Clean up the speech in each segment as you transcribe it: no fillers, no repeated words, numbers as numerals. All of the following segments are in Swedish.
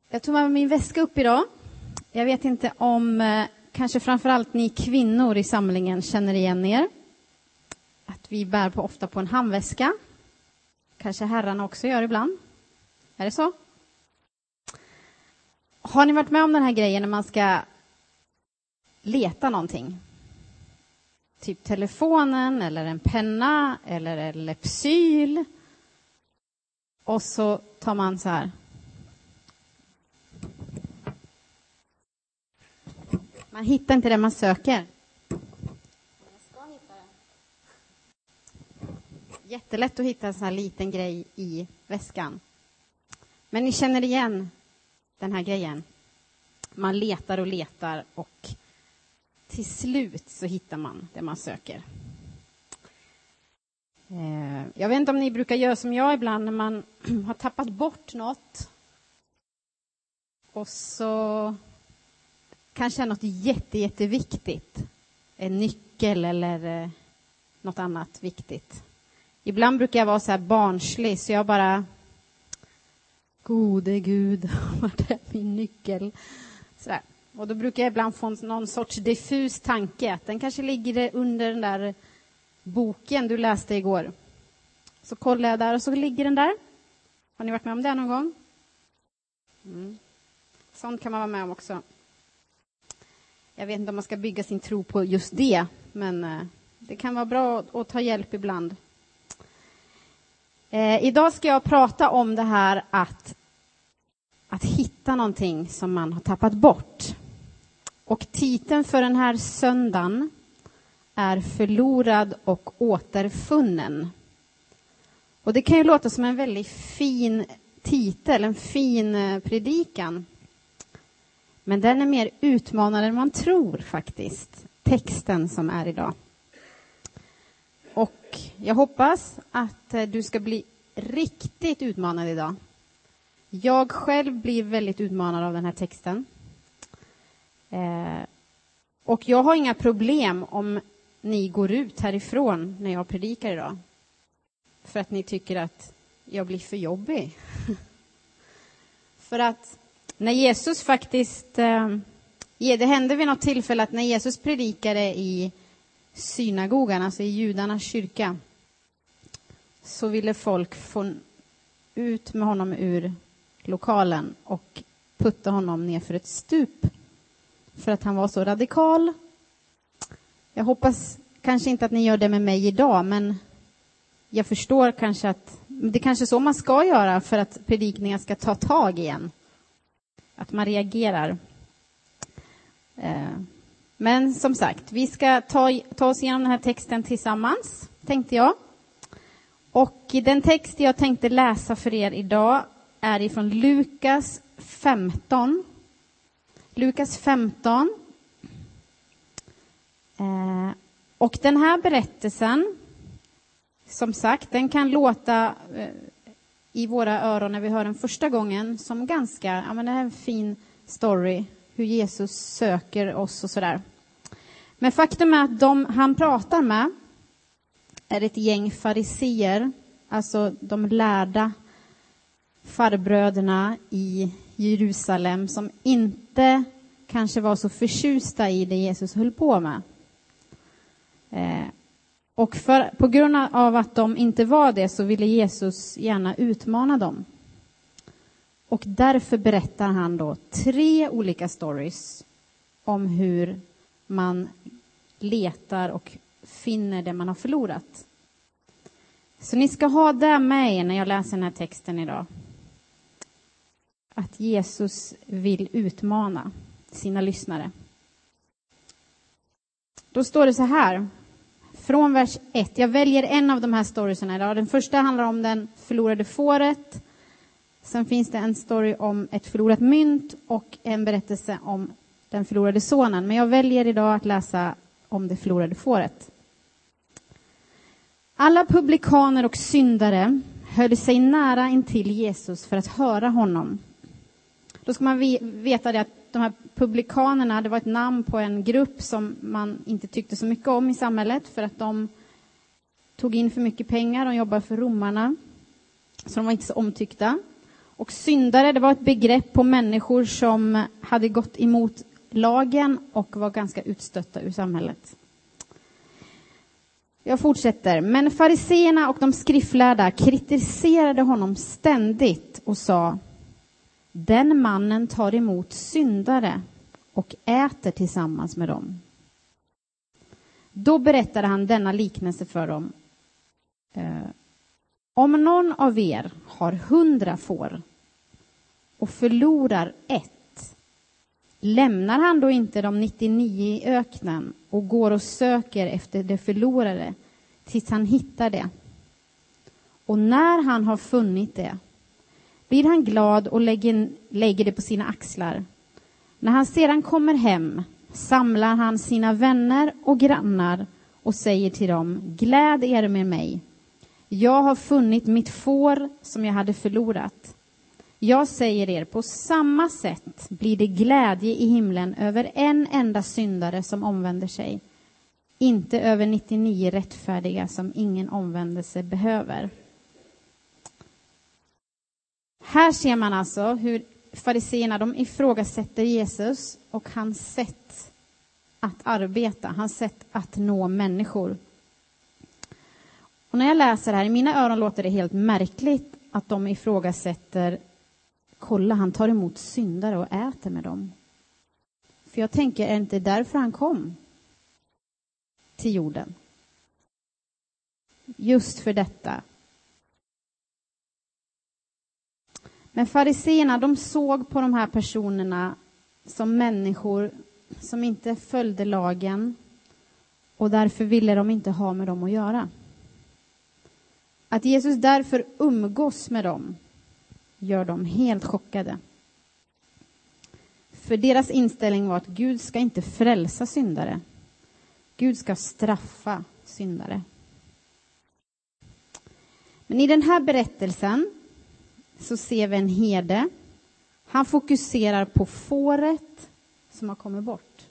Jag tog med min väska upp idag. Jag vet inte om kanske framförallt ni kvinnor i samlingen känner igen er. Att vi bär ofta på en handväska. Kanske herrarna också gör ibland. Är det så? Har ni varit med om den här grejen när man ska leta någonting? Typ telefonen eller en penna eller en Lypsyl. Och så tar man så här. Man hittar inte det man söker. Jättelätt att hitta en sån här liten grej i väskan. Men ni känner igen den här grejen. Man letar och letar och till slut så hittar man det man söker. Jag vet inte om ni brukar göra som jag ibland när man har tappat bort något. Och så kanske är något jätteviktigt. En nyckel eller något annat viktigt. Ibland brukar jag vara så här barnslig så jag bara... Gode Gud, vad är min nyckel? Sådär. Och då brukar jag ibland få någon sorts diffus tanke. Att den kanske ligger under den där boken du läste igår. Så kollar jag där och så ligger den där. Har ni varit med om det någon gång? Sånt kan man vara med om också. Jag vet inte om man ska bygga sin tro på just det. Men det kan vara bra att ta hjälp ibland. Idag ska jag prata om det här att hitta någonting som man har tappat bort. Och titeln för den här söndagen är Förlorad och återfunnen. Och det kan ju låta som en väldigt fin titel, en fin predikan. Men den är mer utmanande än man tror faktiskt. Texten som är idag. Och jag hoppas att du ska bli riktigt utmanad idag. Jag själv blir väldigt utmanad av den här texten. Och jag har inga problem om ni går ut härifrån när jag predikar idag. För att ni tycker att jag blir för jobbig. För att när Jesus faktiskt... det hände vid något tillfälle att när Jesus predikade i synagogan, alltså i judarnas kyrka, så ville folk få ut med honom ur lokalen och putta honom ner för ett stup för att han var så radikal. Jag hoppas kanske inte att ni gör det med mig idag, men jag förstår kanske att det kanske är så man ska göra för att predikningar ska ta tag igen. Att man reagerar. Men som sagt, vi ska ta oss igenom den här texten tillsammans, tänkte jag. Och den text jag tänkte läsa för er idag är ifrån Lukas 15. Lukas 15. Och den här berättelsen, som sagt, den kan låta i våra öron när vi hör den första gången som ganska, ja men det här är en fin story, hur Jesus söker oss och sådär. Men faktum är att han pratar med är ett gäng fariseer, alltså de lärda farbröderna i Jerusalem som inte kanske var så förtjusta i det Jesus höll på med. Och på grund av att de inte var det så ville Jesus gärna utmana dem. Och därför berättar han då 3 olika stories om hur man letar och finner det man har förlorat. Så ni ska ha det med er när jag läser den här texten idag. Att Jesus vill utmana sina lyssnare. Då står det så här. Från vers 1. Jag väljer en av de här storiesarna idag. Den första handlar om den förlorade fåret. Sen finns det en story om ett förlorat mynt och en berättelse om den förlorade sonen. Men jag väljer idag att läsa om det förlorade fåret. Alla publikaner och syndare höll sig nära intill Jesus för att höra honom. Då ska man veta det att de här publikanerna, det var ett namn på en grupp som man inte tyckte så mycket om i samhället. För att de tog in för mycket pengar och jobbade för romarna. Så de var inte så omtyckta. Och syndare, det var ett begrepp på människor som hade gått emot lagen och var ganska utstötta ur samhället. Jag fortsätter. Men fariseerna och de skriftlärda kritiserade honom ständigt och sa: den mannen tar emot syndare och äter tillsammans med dem. Då berättade han denna liknelse för dem. Om någon av er har 100 får och förlorar ett, lämnar han då inte de 99 i öknen och går och söker efter det förlorade tills han hittar det? Och när han har funnit det blir han glad och lägger det på sina axlar. När han sedan kommer hem samlar han sina vänner och grannar och säger till dem: gläd er med mig. Jag har funnit mitt får som jag hade förlorat. Jag säger er, på samma sätt blir det glädje i himlen över en enda syndare som omvänder sig. Inte över 99 rättfärdiga som ingen omvändelse behöver. Här ser man alltså hur fariseerna, de ifrågasätter Jesus och hans sätt att arbeta, hans sätt att nå människor. Och när jag läser det här, i mina öron låter det helt märkligt att de ifrågasätter: kolla, han tar emot syndare och äter med dem. För jag tänker, är det inte därför han kom till jorden? Just för detta. Men fariseerna, de såg på de här personerna som människor som inte följde lagen, och därför ville de inte ha med dem att göra. Att Jesus därför umgås med dem gör dem helt chockade. För deras inställning var att Gud ska inte frälsa syndare. Gud ska straffa syndare. Men i den här berättelsen så ser vi en herde. Han fokuserar på fåret som har kommit bort.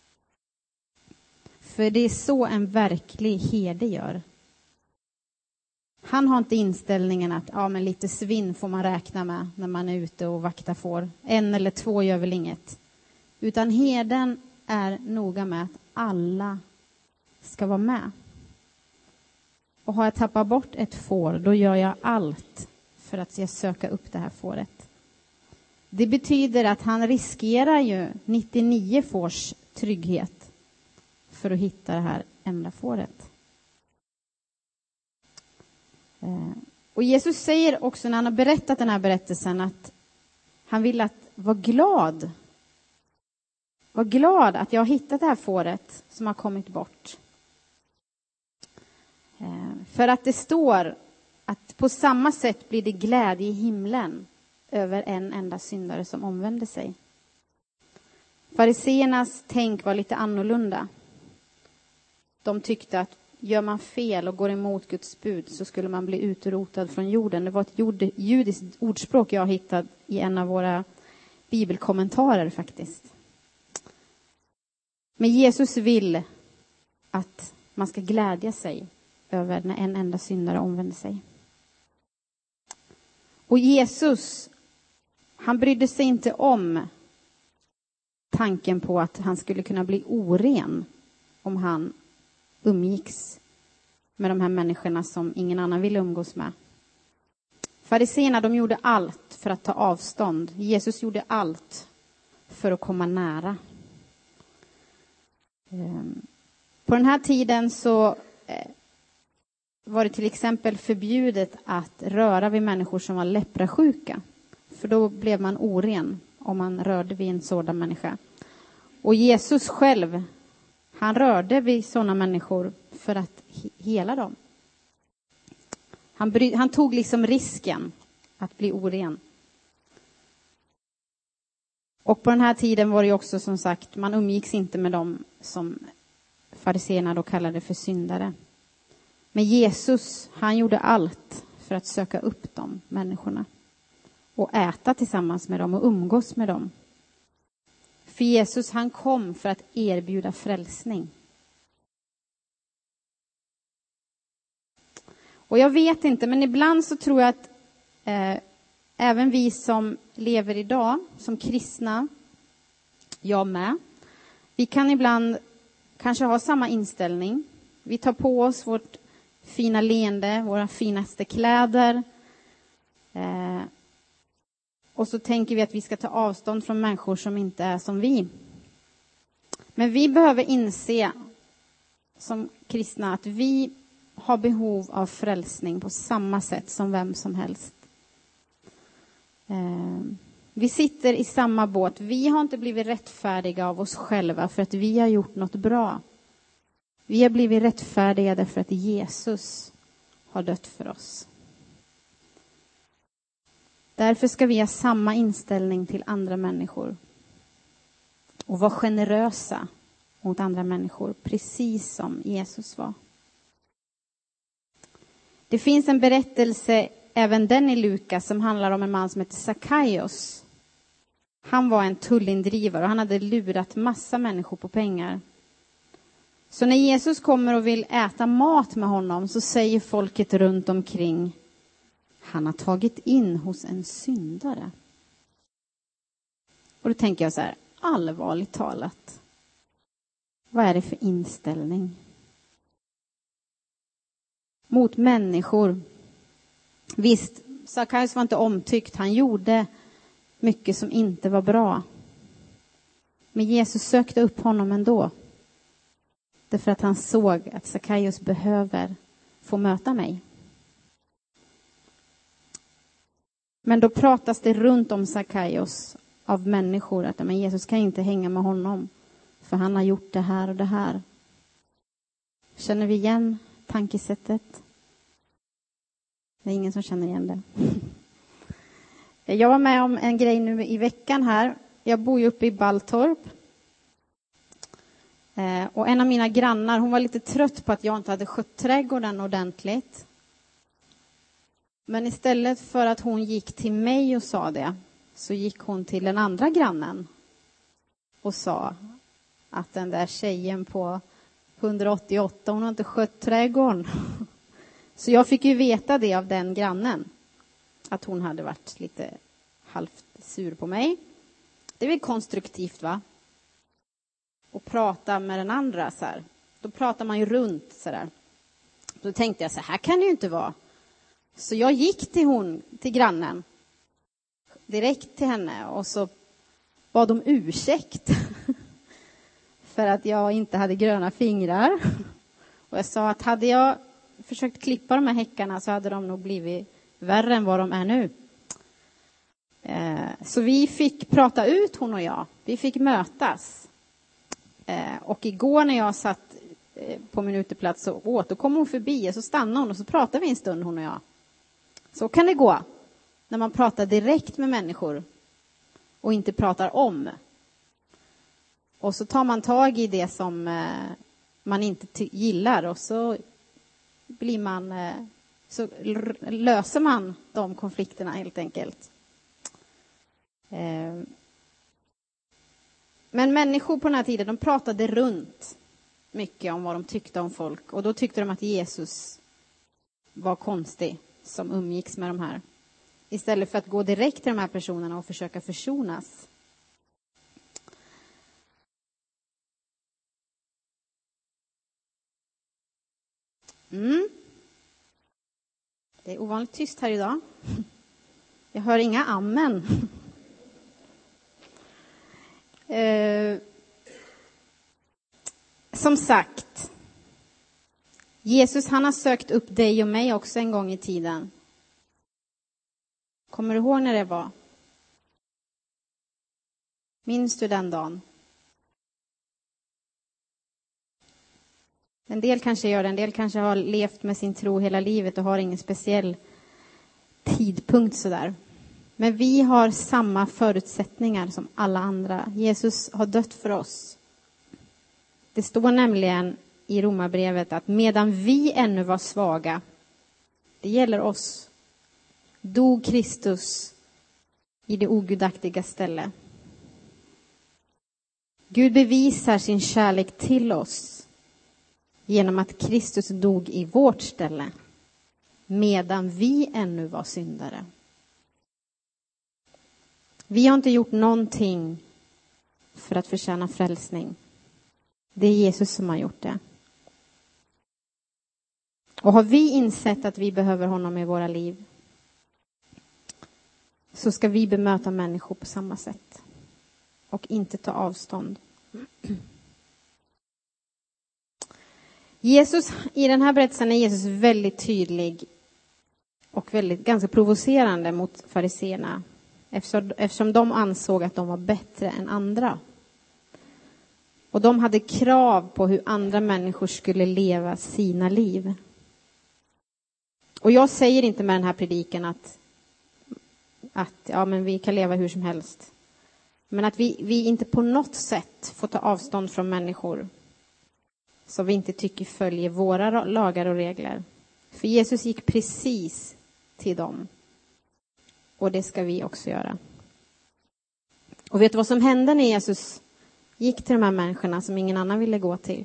För det är så en verklig herde gör. Han har inte inställningen att men lite svinn får man räkna med när man är ute och vaktar får. 1 eller 2 gör väl inget. Utan herden är noga med att alla ska vara med. Och har jag tappat bort ett får, då gör jag allt för att jag söka upp det här fåret. Det betyder att han riskerar ju 99 fårs trygghet för att hitta det här enda fåret. Och Jesus säger också när han har berättat den här berättelsen att han vill att vara glad. Var glad att jag har hittat det här fåret som har kommit bort. För att det står att på samma sätt blir det glädje i himlen över en enda syndare som omvänder sig. Fariseernas tänk var lite annorlunda. De tyckte att gör man fel och går emot Guds bud så skulle man bli utrotad från jorden. Det var ett judiskt ordspråk jag hittade i en av våra bibelkommentarer faktiskt. Men Jesus vill att man ska glädja sig över när en enda syndare omvänder sig. Och Jesus, han brydde sig inte om tanken på att han skulle kunna bli oren om han umgicks med de här människorna som ingen annan ville umgås med. Fariseerna, de gjorde allt för att ta avstånd. Jesus gjorde allt för att komma nära. På den här tiden så var det till exempel förbjudet att röra vid människor som var leprasjuka. För då blev man oren om man rörde vid en sådan människa. Och Jesus själv, han rörde vid sådana människor för att hela dem. Han tog liksom risken att bli oren. Och på den här tiden var det också som sagt, man umgicks inte med dem som fariseerna då kallade för syndare. Men Jesus, han gjorde allt för att söka upp de människorna. Och äta tillsammans med dem och umgås med dem. För Jesus, han kom för att erbjuda frälsning. Och jag vet inte, men ibland så tror jag att även vi som lever idag som kristna, jag med, vi kan ibland kanske ha samma inställning. Vi tar på oss vårt fina leende, våra finaste kläder. Och så tänker vi att vi ska ta avstånd från människor som inte är som vi. Men vi behöver inse som kristna att vi har behov av frälsning på samma sätt som vem som helst. Vi sitter i samma båt. Vi har inte blivit rättfärdiga av oss själva för att vi har gjort något bra. Vi har blivit rättfärdiga därför att Jesus har dött för oss. Därför ska vi ha samma inställning till andra människor. Och vara generösa mot andra människor, precis som Jesus var. Det finns en berättelse, även den i Lukas, som handlar om en man som heter Sackaios. Han var en tullindrivare och han hade lurat massa människor på pengar. Så när Jesus kommer och vill äta mat med honom så säger folket runt omkring: han har tagit in hos en syndare. Och då tänker jag så här, allvarligt talat, vad är det för inställning mot människor? Visst, Sackaios var inte omtyckt. Han gjorde mycket som inte var bra. Men Jesus sökte upp honom ändå. Därför att han såg att Sackaios behöver få möta mig. Men då pratas det runt om Sackaios av människor att men Jesus kan inte hänga med honom. För han har gjort det här och det här. Känner vi igen tankesättet? Det är ingen som känner igen det. Jag var med om en grej nu i veckan här. Jag bor ju uppe i Balltorp. Och en av mina grannar, hon var lite trött på att jag inte hade skött trädgården ordentligt. Men istället för att hon gick till mig och sa det, så gick hon till den andra grannen och sa att den där tjejen på 188, hon har inte skött trädgården. Så jag fick ju veta det av den grannen, att hon hade varit lite halvt sur på mig. Det är väl konstruktivt, va? Och prata med den andra så här. Då pratar man ju runt så där. Då tänkte jag så här kan det ju inte vara. Så jag gick till grannen. Direkt till henne och så bad om ursäkt. För att jag inte hade gröna fingrar. Och jag sa att hade jag försökt klippa de här häckarna så hade de nog blivit värre än vad de är nu. Så vi fick prata ut, hon och jag. Vi fick mötas. Och igår när jag satt på min uteplats så återkom hon förbi och så stannade hon och så pratade vi en stund, hon och jag. Så kan det gå när man pratar direkt med människor och inte pratar om. Och så tar man tag i det som man inte gillar och så blir man så löser man de konflikterna helt enkelt. Men människor på den här tiden, de pratade runt mycket om vad de tyckte om folk. Och då tyckte de att Jesus var konstig som umgicks med de här. Istället för att gå direkt till de här personerna och försöka försonas. Det är ovanligt tyst här idag. Jag hör inga amen. Som sagt, Jesus han har sökt upp dig och mig också en gång i tiden. Kommer du ihåg när det var? Minns du den dagen? En del kanske gör det, en del kanske har levt med sin tro hela livet och har ingen speciell tidpunkt sådär. Men vi har samma förutsättningar som alla andra. Jesus har dött för oss. Det står nämligen i Romarbrevet att medan vi ännu var svaga, det gäller oss, dog Kristus i det ogudaktiga ställe. Gud bevisar sin kärlek till oss genom att Kristus dog i vårt ställe medan vi ännu var syndare. Vi har inte gjort någonting för att förtjäna frälsning. Det är Jesus som har gjort det. Och har vi insett att vi behöver honom i våra liv, så ska vi bemöta människor på samma sätt. Och inte ta avstånd. Jesus, i den här berättelsen är Jesus väldigt tydlig och ganska provocerande mot fariseerna. Eftersom de ansåg att de var bättre än andra. Och de hade krav på hur andra människor skulle leva sina liv. Och jag säger inte med den här predikan att ja, men vi kan leva hur som helst. Men att vi inte på något sätt får ta avstånd från människor som vi inte tycker följer våra lagar och regler. För Jesus gick precis till dem. Och det ska vi också göra. Och vet du vad som hände när Jesus gick till de här människorna som ingen annan ville gå till?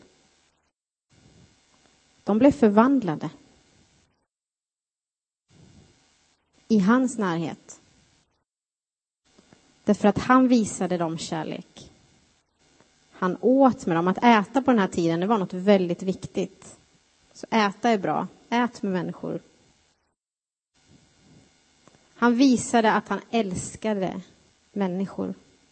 De blev förvandlade. I hans närhet. Därför att han visade dem kärlek. Han åt med dem. Att äta på den här tiden, det var något väldigt viktigt. Så äta är bra. Ät med människor. Han visade att han älskade människor.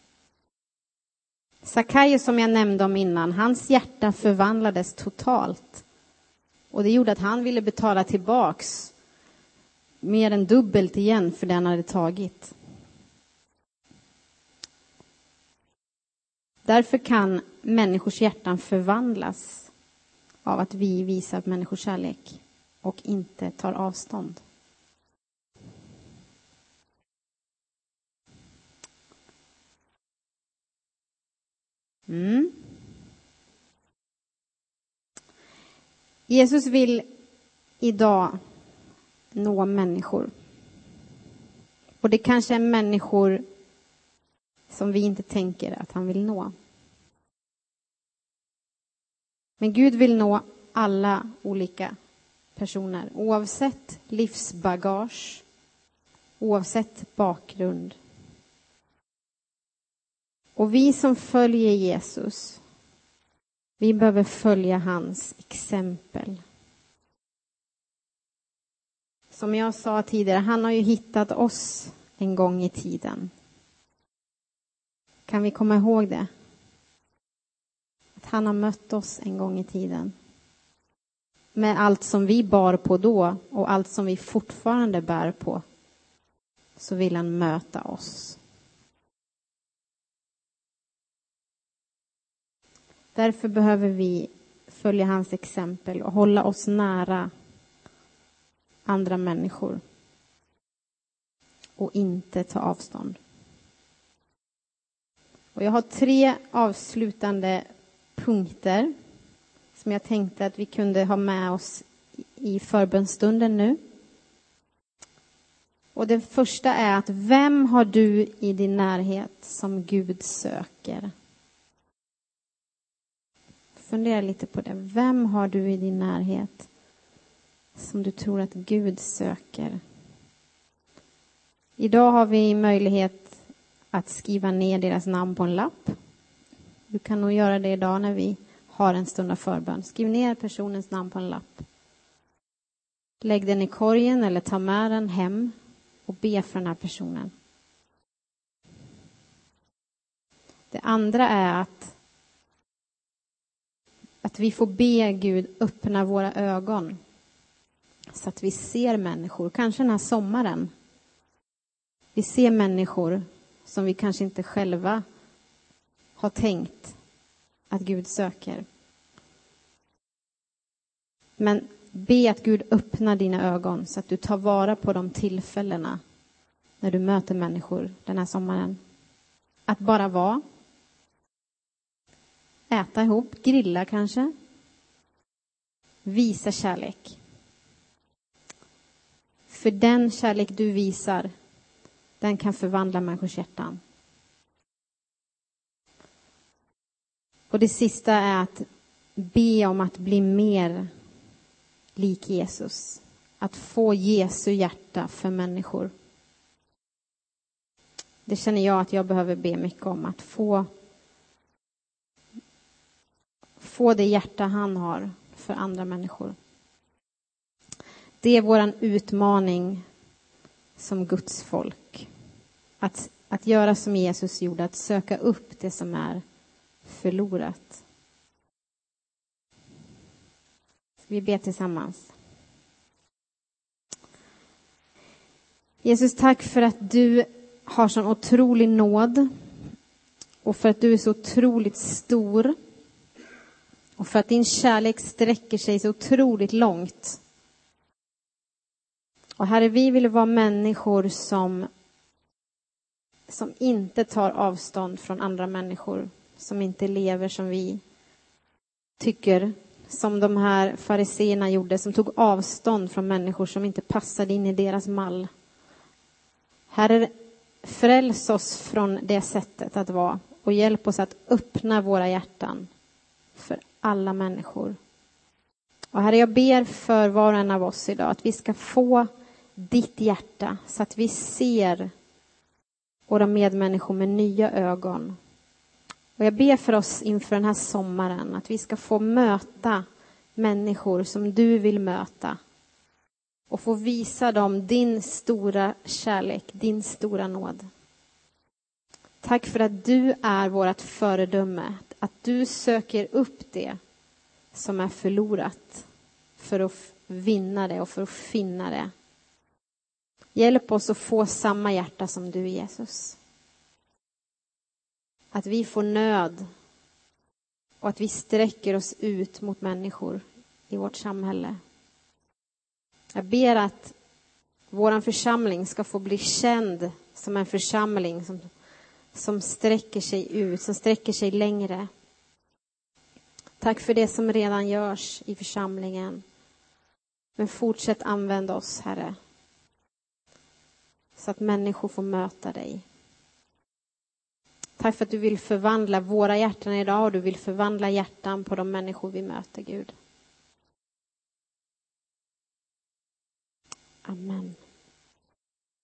Sackaios, som jag nämnde om innan, hans hjärta förvandlades totalt. Och det gjorde att han ville betala tillbaks mer än dubbelt igen för det han hade tagit. Därför kan människors hjärtan förvandlas av att vi visar människors kärlek och inte tar avstånd. Jesus vill idag nå människor. Och det kanske är människor som vi inte tänker att han vill nå. Men Gud vill nå alla olika personer, oavsett livsbagage, oavsett bakgrund. Och vi som följer Jesus, vi behöver följa hans exempel. Som jag sa tidigare, han har ju hittat oss en gång i tiden. Kan vi komma ihåg det? Att han har mött oss en gång i tiden. Med allt som vi bar på då och allt som vi fortfarande bär på, så vill han möta oss. Därför behöver vi följa hans exempel och hålla oss nära andra människor. Och inte ta avstånd. Och jag har 3 avslutande punkter som jag tänkte att vi kunde ha med oss i förbönstunden nu. Och den första är att vem har du i din närhet som Gud söker? Fundera lite på det. Vem har du i din närhet som du tror att Gud söker? Idag har vi möjlighet att skriva ner deras namn på en lapp. Du kan nog göra det idag när vi har en stund av förbön. Skriv ner personens namn på en lapp. Lägg den i korgen eller ta med den hem och be för den här personen. Det andra är att vi får be Gud öppna våra ögon så att vi ser människor, kanske den här sommaren. Vi ser människor som vi kanske inte själva har tänkt att Gud söker. Men be att Gud öppnar dina ögon så att du tar vara på de tillfällena när du möter människor den här sommaren. Att bara vara. Äta ihop, grilla kanske. Visa kärlek. För den kärlek du visar, den kan förvandla människors hjärtan. Och det sista är att be om att bli mer lik Jesus. Att få Jesu hjärta för människor. Det känner jag att jag behöver be mycket om. Att få det hjärta han har för andra människor. Det är våran utmaning som Guds folk. Att göra som Jesus gjorde, att söka upp det som är förlorat. Vi ber tillsammans. Jesus, tack för att du har sån otrolig nåd. Och för att du är så otroligt stor. Och för att din kärlek sträcker sig så otroligt långt. Och Herre, vi vill vara människor som inte tar avstånd från andra människor. Som inte lever som vi tycker. Som de här fariseerna gjorde. Som tog avstånd från människor som inte passade in i deras mall. Herre, fräls oss från det sättet att vara. Och hjälp oss att öppna våra hjärtan för alla människor. Och Herre, jag ber för var och en av oss idag att vi ska få ditt hjärta så att vi ser våra medmänniskor med nya ögon. Och jag ber för oss inför den här sommaren att vi ska få möta människor som du vill möta. Och få visa dem din stora kärlek, din stora nåd. Tack för att du är vårt föredöme. Att du söker upp det som är förlorat. För att vinna det och för att finna det. Hjälp oss att få samma hjärta som du, Jesus. Att vi får nöd. Och att vi sträcker oss ut mot människor i vårt samhälle. Jag ber att vår församling ska få bli känd som en församling som sträcker sig ut, som sträcker sig längre. Tack för det som redan görs i församlingen. Men fortsätt använda oss, Herre. Så att människor får möta dig. Tack för att du vill förvandla våra hjärtan idag och du vill förvandla hjärtan på de människor vi möter, Gud. Amen.